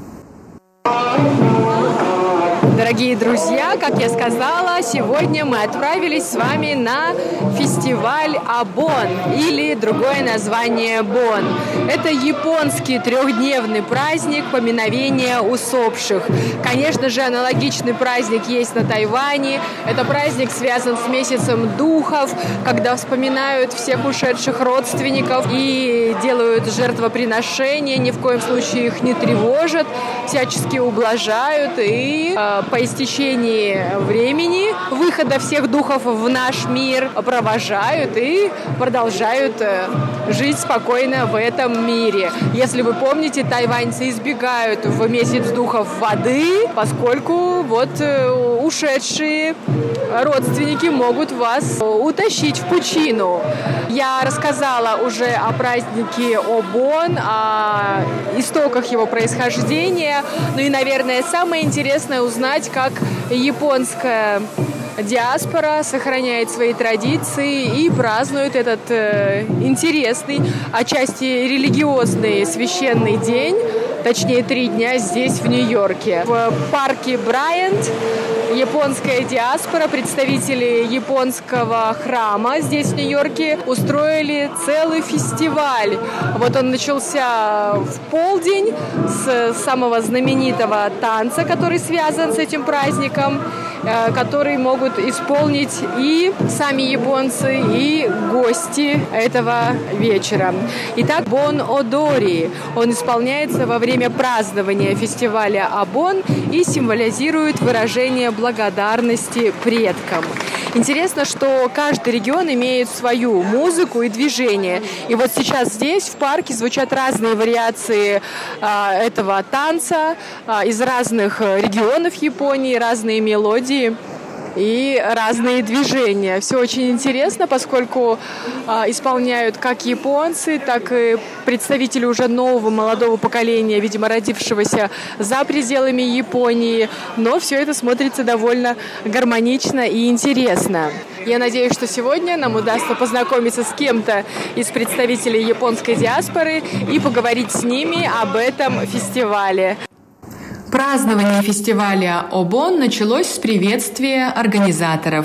Дорогие друзья, как я сказала, сегодня мы отправились с вами на фестиваль Обон, или другое название Бон. Это японский трехдневный праздник поминовения усопших. Конечно же, аналогичный праздник есть на Тайване. Это праздник связан с месяцем духов, когда вспоминают всех ушедших родственников и делают жертвоприношения, ни в коем случае их не тревожат, всячески ублажают и э, по истечении времени выхода всех духов в наш мир провожают и продолжают жить спокойно в этом мире. Если вы помните, тайваньцы избегают в месяц духов воды, поскольку вот ушедшие родственники могут вас утащить в пучину. Я рассказала уже о празднике Обон, о истоках его происхождения. Ну и, наверное, самое интересное узнать, как японская диаспора сохраняет свои традиции и празднует этот э, интересный, отчасти религиозный священный день точнее три дня здесь, в Нью-Йорке. В парке Брайант японская диаспора, представители японского храма здесь, в Нью-Йорке, устроили целый фестиваль. Вот он начался в полдень с самого знаменитого танца, который связан с этим праздником, который могут исполнить и сами японцы, и гости этого вечера. Итак, Бон Одори. Он исполняется во время празднования фестиваля Обон и символизирует выражение благодарности предкам. Интересно, что каждый регион имеет свою музыку и движение. И вот сейчас здесь, в парке, звучат разные вариации а, этого танца а, из разных регионов Японии, разные мелодии и разные движения. Все очень интересно, поскольку а, исполняют как японцы, так и представители уже нового молодого поколения, видимо, родившегося за пределами Японии. Но все это смотрится довольно гармонично и интересно. Я надеюсь, что сегодня нам удастся познакомиться с кем-то из представителей японской диаспоры и поговорить с ними об этом фестивале. Празднование фестиваля Обон началось с приветствия организаторов.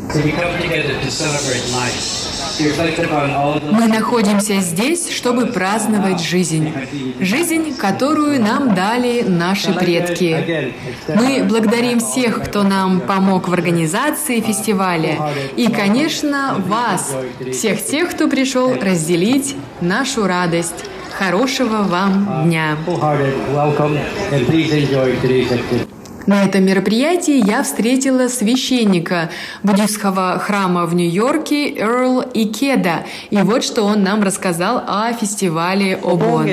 Мы находимся здесь, чтобы праздновать жизнь. Жизнь, которую нам дали наши предки. Мы благодарим всех, кто нам помог в организации фестиваля. И, конечно, вас, всех тех, кто пришел разделить нашу радость. Хорошего вам дня! На этом мероприятии я встретила священника буддийского храма в Нью-Йорке Эрл Икеда. И вот что он нам рассказал о фестивале Обон.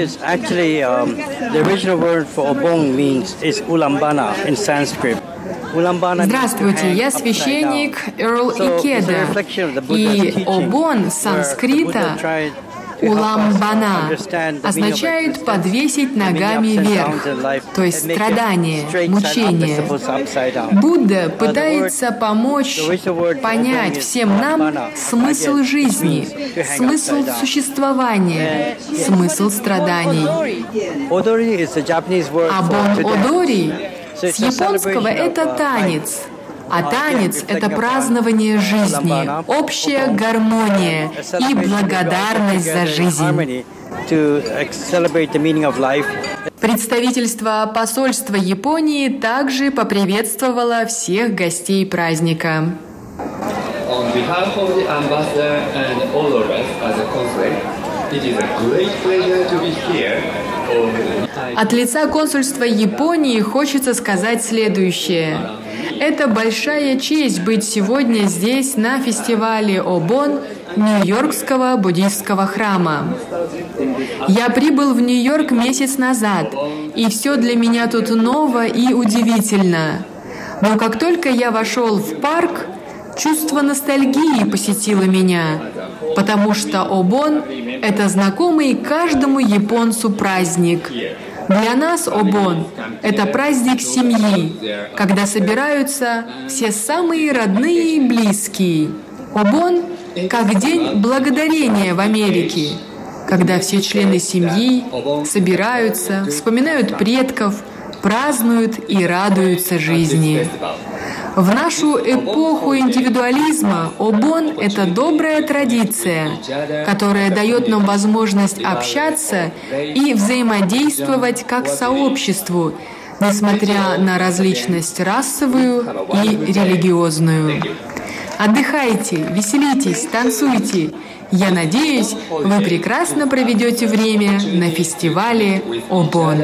Здравствуйте, я священник Эрл Икеда. И Обон с санскрита «уламбана» означает «подвесить ногами вверх», то есть страдание, мучение. Будда пытается помочь понять всем нам смысл жизни, смысл существования, смысл страданий. Обон Одори с японского это танец. А танец — это празднование жизни, общая гармония и благодарность за жизнь. Представительство посольства Японии также поприветствовало всех гостей праздника. От лица консульства Японии хочется сказать следующее. Это большая честь быть сегодня здесь, на фестивале Обон Нью-Йоркского буддийского храма. Я прибыл в Нью-Йорк месяц назад, и все для меня тут ново и удивительно. Но как только я вошел в парк, чувство ностальгии посетило меня, потому что Обон — это знакомый каждому японцу праздник. Для нас Обон — это праздник семьи, когда собираются все самые родные и близкие. Обон — как День Благодарения в Америке, когда все члены семьи собираются, вспоминают предков, празднуют и радуются жизни. В нашу эпоху индивидуализма Обон — это добрая традиция, которая дает нам возможность общаться и взаимодействовать как сообществу, несмотря на различность расовую и религиозную. Отдыхайте, веселитесь, танцуйте. Я надеюсь, вы прекрасно проведете время на фестивале Обон.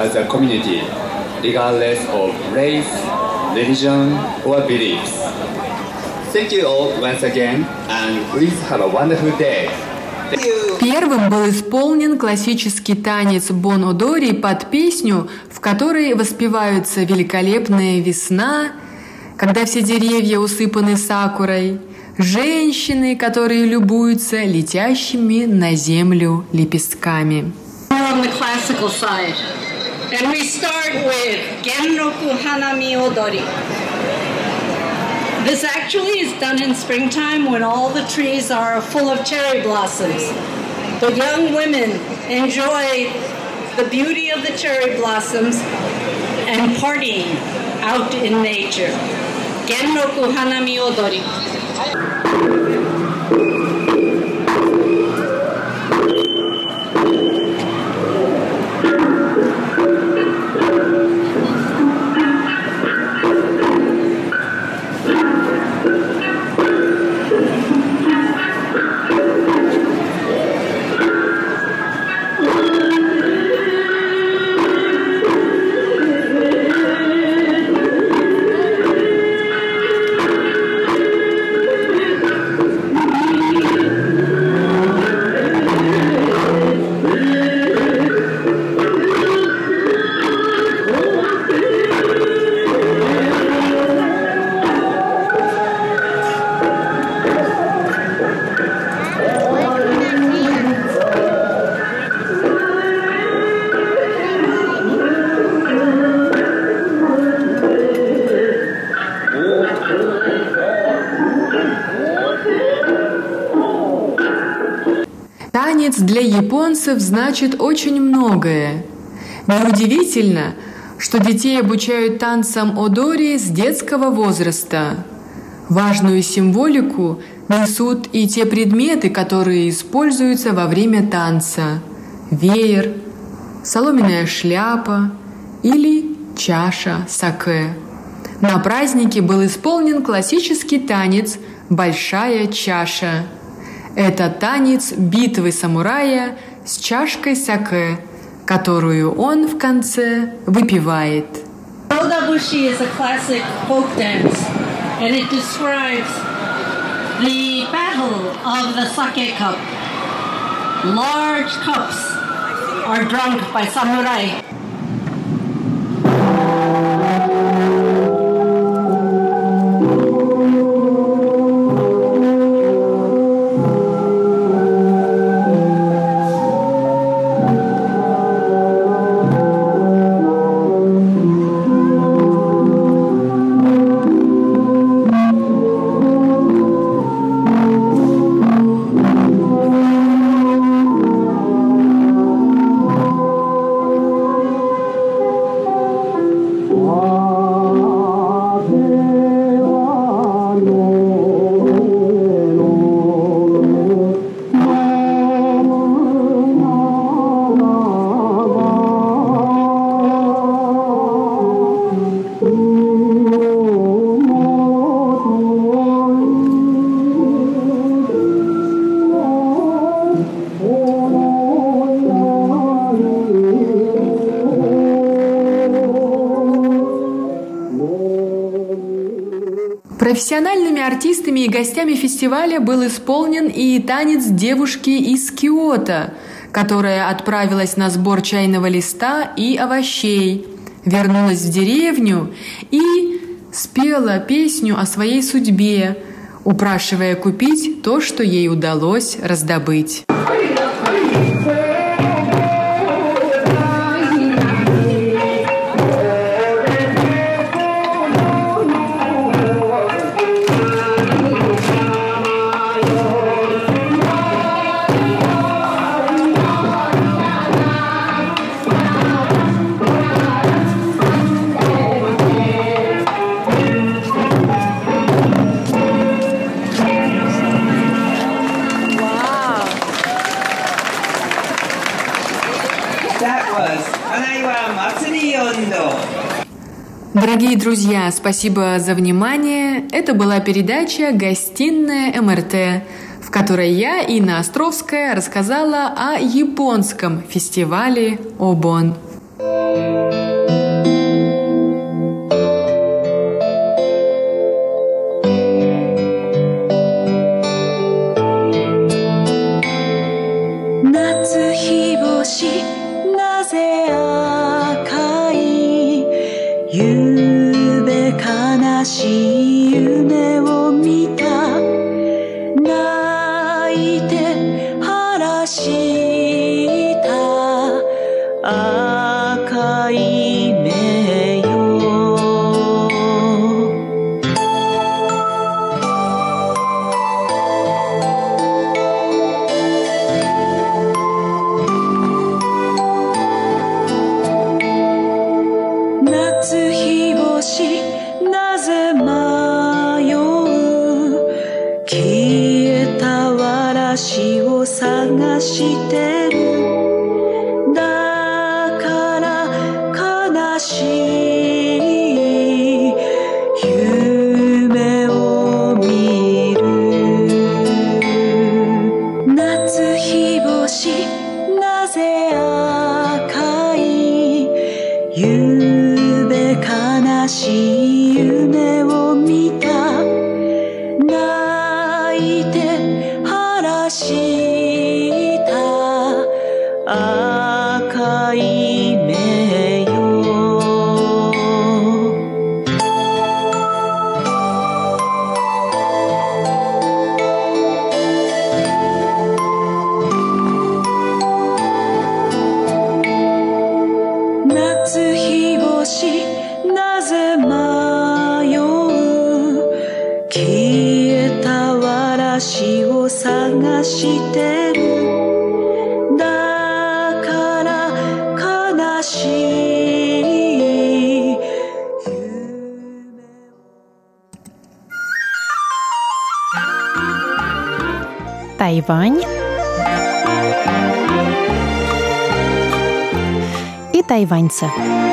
Religion or beliefs. Thank you all once again, and please have a wonderful day. Первым был исполнен классический танец Бон Одори под песню, в которой воспеваются великолепная весна, когда все деревья усыпаны сакурой, женщины, которые любуются летящими на землю лепестками. And we start with Genroku Hanami Odori. This actually is done in springtime when all the trees are full of cherry blossoms. The young women enjoy the beauty of the cherry blossoms and partying out in nature. Genroku Hanami Odori. Танец для японцев значит очень многое. Неудивительно, что детей обучают танцам одори с детского возраста. Важную символику несут и те предметы, которые используются во время танца: веер, соломенная шляпа или чаша саке. На празднике был исполнен классический танец «Большая чаша». Это танец битвы самурая с чашкой саке, которую он в конце выпивает. Odabushi is a classic folk dance, and it describes the battle of the sake cup. Large cups are drunk by samurai. Профессиональными артистами и гостями фестиваля был исполнен и танец девушки из Киото, которая отправилась на сбор чайного листа и овощей, вернулась в деревню и спела песню о своей судьбе, упрашивая купить то, что ей удалось раздобыть. Дорогие друзья, спасибо за внимание. Это была передача «Гостиная эм эр тэ», в которой я, Инна Островская, рассказала о японском фестивале Обон. してるだから悲しい夢を見る夏日星なぜ赤いゆうべ悲しい夢を見た泣いて晴らした赤い目よ夏日星なぜ迷う消えたわらしを探してるだから悲しい Тайвань и тайваньцы.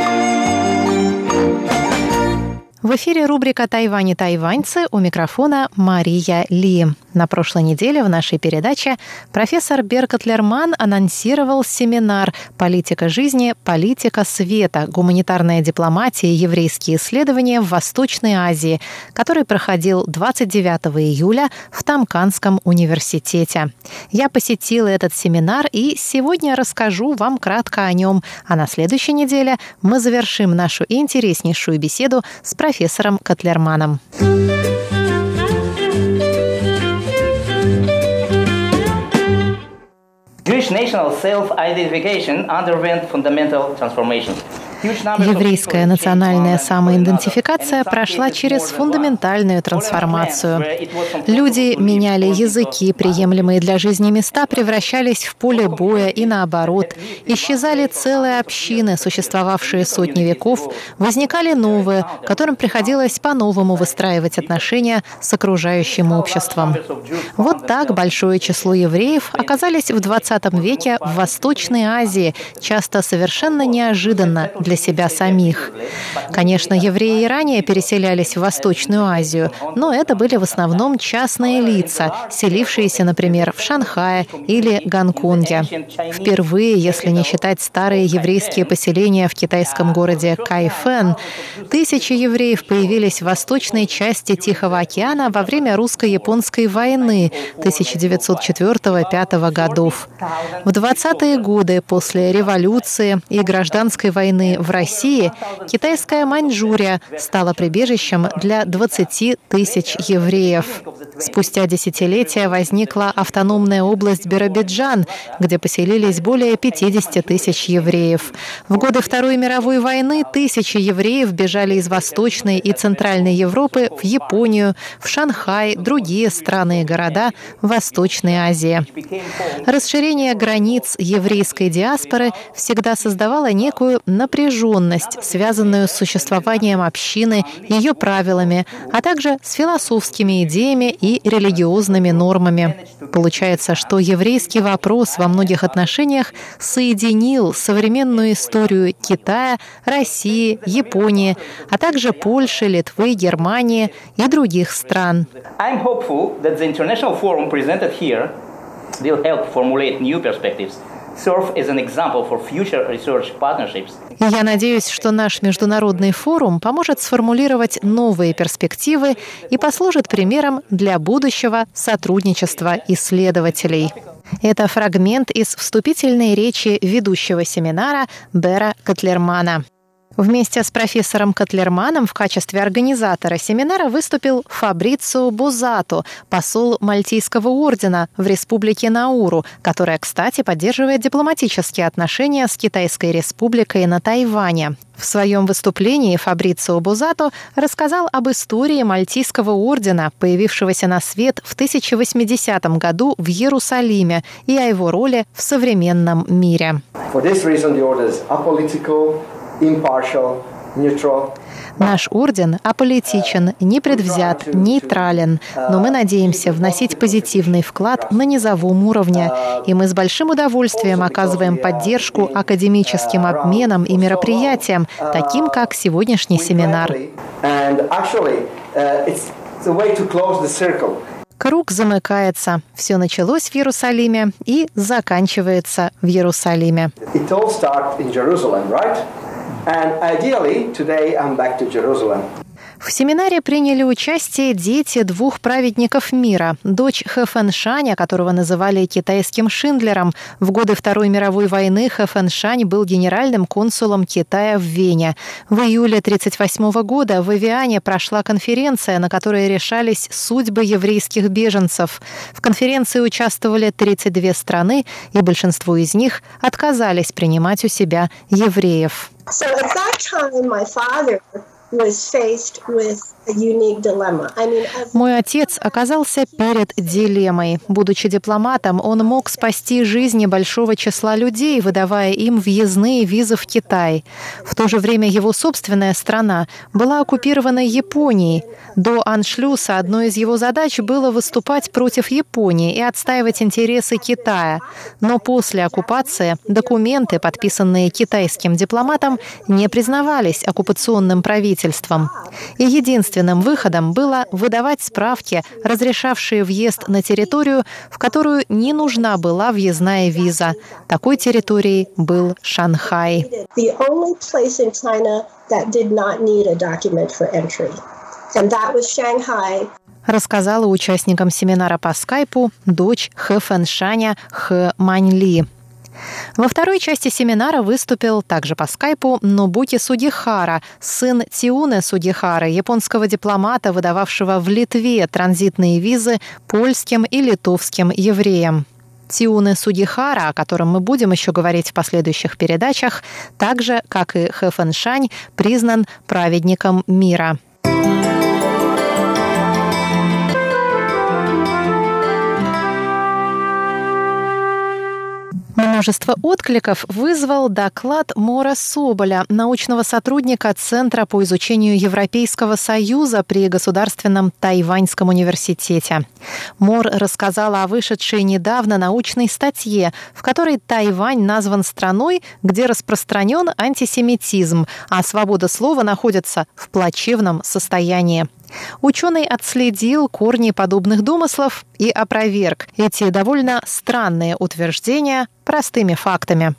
В эфире рубрика «Тайвань и тайваньцы», у микрофона Мария Ли. На прошлой неделе в нашей передаче профессор Беркот Лерман анонсировал семинар «Политика жизни. Политика света. Гуманитарная дипломатия и еврейские исследования в Восточной Азии», который проходил двадцать девятого июля в Тамканском университете. Я посетила этот семинар и сегодня расскажу вам кратко о нем, а на следующей неделе мы завершим нашу интереснейшую беседу с профессором Котлерманом. Jewish national self-identification underwent fundamental transformation. Еврейская национальная самоидентификация прошла через фундаментальную трансформацию. Люди меняли языки, приемлемые для жизни места превращались в поле боя и наоборот. Исчезали целые общины, существовавшие сотни веков, возникали новые, которым приходилось по-новому выстраивать отношения с окружающим обществом. Вот так большое число евреев оказались в двадцатом веке в Восточной Азии, часто совершенно неожиданно для себя самих. Конечно, евреи и ранее переселялись в Восточную Азию, но это были в основном частные лица, селившиеся, например, в Шанхае или Гонконге. Впервые, если не считать старые еврейские поселения в китайском городе Кайфэн, тысячи евреев появились в восточной части Тихого океана во время русско-японской войны тысяча девятьсот четвёртого — тысяча девятьсот пятого годов. В двадцатые годы после революции и гражданской войны в России китайская Маньчжурия стала прибежищем для двадцати тысяч евреев. Спустя десятилетия возникла автономная область Биробиджан, где поселились более пятидесяти тысяч евреев. В годы Второй мировой войны тысячи евреев бежали из Восточной и Центральной Европы в Японию, в Шанхай, другие страны и города Восточной Азии. Расширение границ еврейской диаспоры всегда создавало некую напряженность, связанную с существованием общины, ее правилами, а также с философскими идеями и религиозными нормами. Получается, что еврейский вопрос во многих отношениях соединил современную историю Китая, России, Японии, а также Польши, Литвы, Германии и других стран. Will help formulate new perspectives, serve as an example for future research partnerships. Я надеюсь, что наш международный форум поможет сформулировать новые перспективы и послужит примером для будущего сотрудничества исследователей. Это фрагмент из вступительной речи ведущего семинара Бера Котлермана. Вместе с профессором Котлерманом в качестве организатора семинара выступил Фабрицио Бозато, посол Мальтийского ордена в Республике Науру, которая, кстати, поддерживает дипломатические отношения с Китайской Республикой на Тайване. В своем выступлении Фабрицио Бозато рассказал об истории Мальтийского ордена, появившегося на свет в тысяча восьмидесятом году в Иерусалиме, и о его роли в современном мире. For this reason, the order is apolitical, impartial, neutral. Наш орден аполитичен, непредвзят, нейтрален, но мы надеемся вносить позитивный вклад на низовом уровне, и мы с большим удовольствием оказываем поддержку академическим обменам и мероприятиям, таким как сегодняшний семинар. Круг замыкается. Все началось в Иерусалиме и заканчивается в Иерусалиме. В семинаре приняли участие дети двух праведников мира. Дочь Хэ Фэншаня, которого называли китайским Шиндлером. В годы Второй мировой войны Хэ Фэншань был генеральным консулом Китая в Вене. В июле тысяча девятьсот тридцать восьмого года в Эвиане прошла конференция, на которой решались судьбы еврейских беженцев. В конференции участвовали тридцать две страны, и большинство из них отказались принимать у себя евреев. So at that time, my father was faced with a unique dilemma. I mean, as... Мой отец оказался перед дилеммой. Будучи дипломатом, он мог спасти жизни большого числа людей, выдавая им въездные визы в Китай. В то же время его собственная страна была оккупирована Японией. До аншлюса одной из его задач было выступать против Японии и отстаивать интересы Китая. Но после оккупации документы, подписанные китайским дипломатом, не признавались оккупационным правительством. И единственным выходом было выдавать справки, разрешавшие въезд на территорию, в которую не нужна была въездная виза. Такой территорией был Шанхай. Рассказала участникам семинара по скайпу дочь Хэ Фэншаня Хэ Маньли. Во второй части семинара выступил также по скайпу Нобуки Сугихара, сын Тиуне Сугихары, японского дипломата, выдававшего в Литве транзитные визы польским и литовским евреям. Тиуне Сугихара, о котором мы будем еще говорить в последующих передачах, так же, как и Хэ Фэншань, признан праведником мира. Множество откликов вызвал доклад Мора Соболя, научного сотрудника Центра по изучению Европейского Союза при Государственном Тайваньском университете. Мор рассказал о вышедшей недавно научной статье, в которой Тайвань назван страной, где распространен антисемитизм, а свобода слова находится в плачевном состоянии. Ученый отследил корни подобных домыслов и опроверг эти довольно странные утверждения простыми фактами.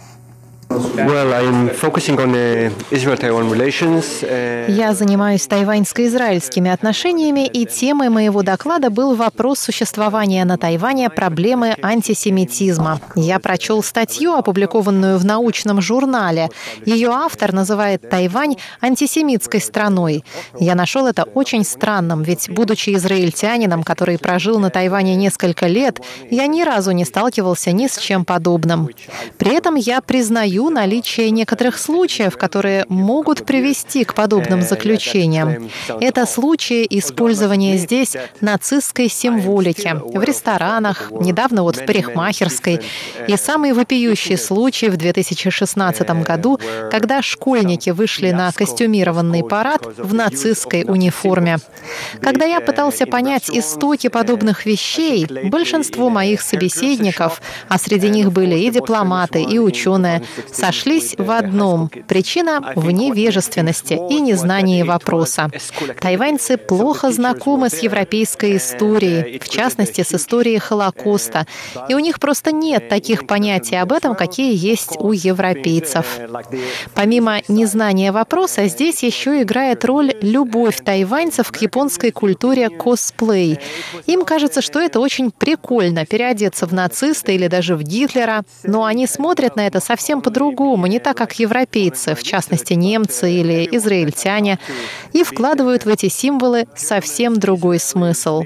Я занимаюсь тайваньско-израильскими отношениями, и темой моего доклада был вопрос существования на Тайване проблемы антисемитизма. Я прочел статью, опубликованную в научном журнале. Ее автор называет Тайвань антисемитской страной. Я нашел это очень странным, ведь, будучи израильтянином, который прожил на Тайване несколько лет, я ни разу не сталкивался ни с чем подобным. При этом я признаю наличие некоторых случаев, которые могут привести к подобным заключениям. Это случаи использования здесь нацистской символики в ресторанах, недавно вот в парикмахерской. И самый вопиющий случай в две тысячи шестнадцатом году, когда школьники вышли на костюмированный парад в нацистской униформе. Когда я пытался понять истоки подобных вещей, большинство моих собеседников, а среди них были и дипломаты, и ученые, сошлись в одном – причина в невежественности и незнании вопроса. Тайваньцы плохо знакомы с европейской историей, в частности, с историей Холокоста, и у них просто нет таких понятий об этом, какие есть у европейцев. Помимо незнания вопроса, здесь еще играет роль любовь тайваньцев к японской культуре косплей. Им кажется, что это очень прикольно – переодеться в нациста или даже в Гитлера, но они смотрят на это совсем по-другому. По-другому, не так, как европейцы, в частности, немцы или израильтяне, и вкладывают в эти символы совсем другой смысл.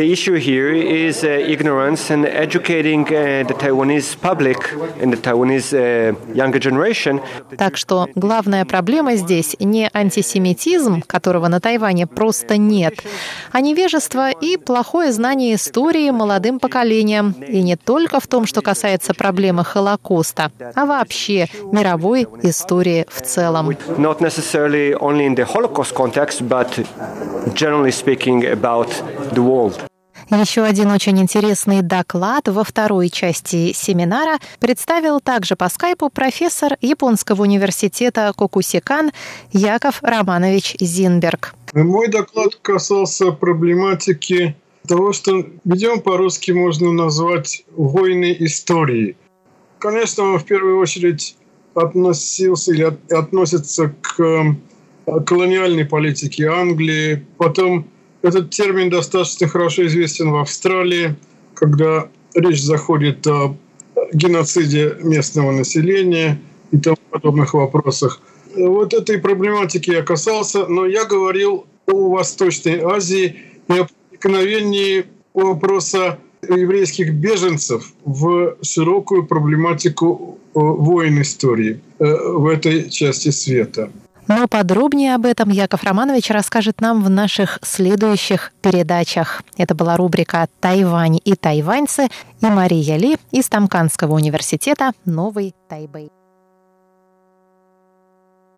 Так что главная проблема здесь не антисемитизм, которого на Тайване просто нет, а невежество и плохое знание истории молодым поколением. И не только в том, что касается проблемы Холокоста, а вообще вообще мировой истории в целом. Not necessarily only in the Holocaust context, but generally speaking about the world. Еще один очень интересный доклад во второй части семинара представил также по скайпу профессор Японского университета Кокусикан Яков Романович Зинберг. Мой доклад касался проблематики того, что, видимо, по-русски можно назвать «войны истории». Конечно, он в первую очередь относился или относится к колониальной политике Англии. Потом этот термин достаточно хорошо известен в Австралии, когда речь заходит о геноциде местного населения и тому подобных вопросах. Вот этой проблематики я касался, но я говорил о Восточной Азии и о проникновении вопроса еврейских беженцев в широкую проблематику войн истории в этой части света. Но подробнее об этом Яков Романович расскажет нам в наших следующих передачах. Это была рубрика «Тайвань и тайваньцы» и Мария Ли из Тамканского университета «Новый Тайбэй».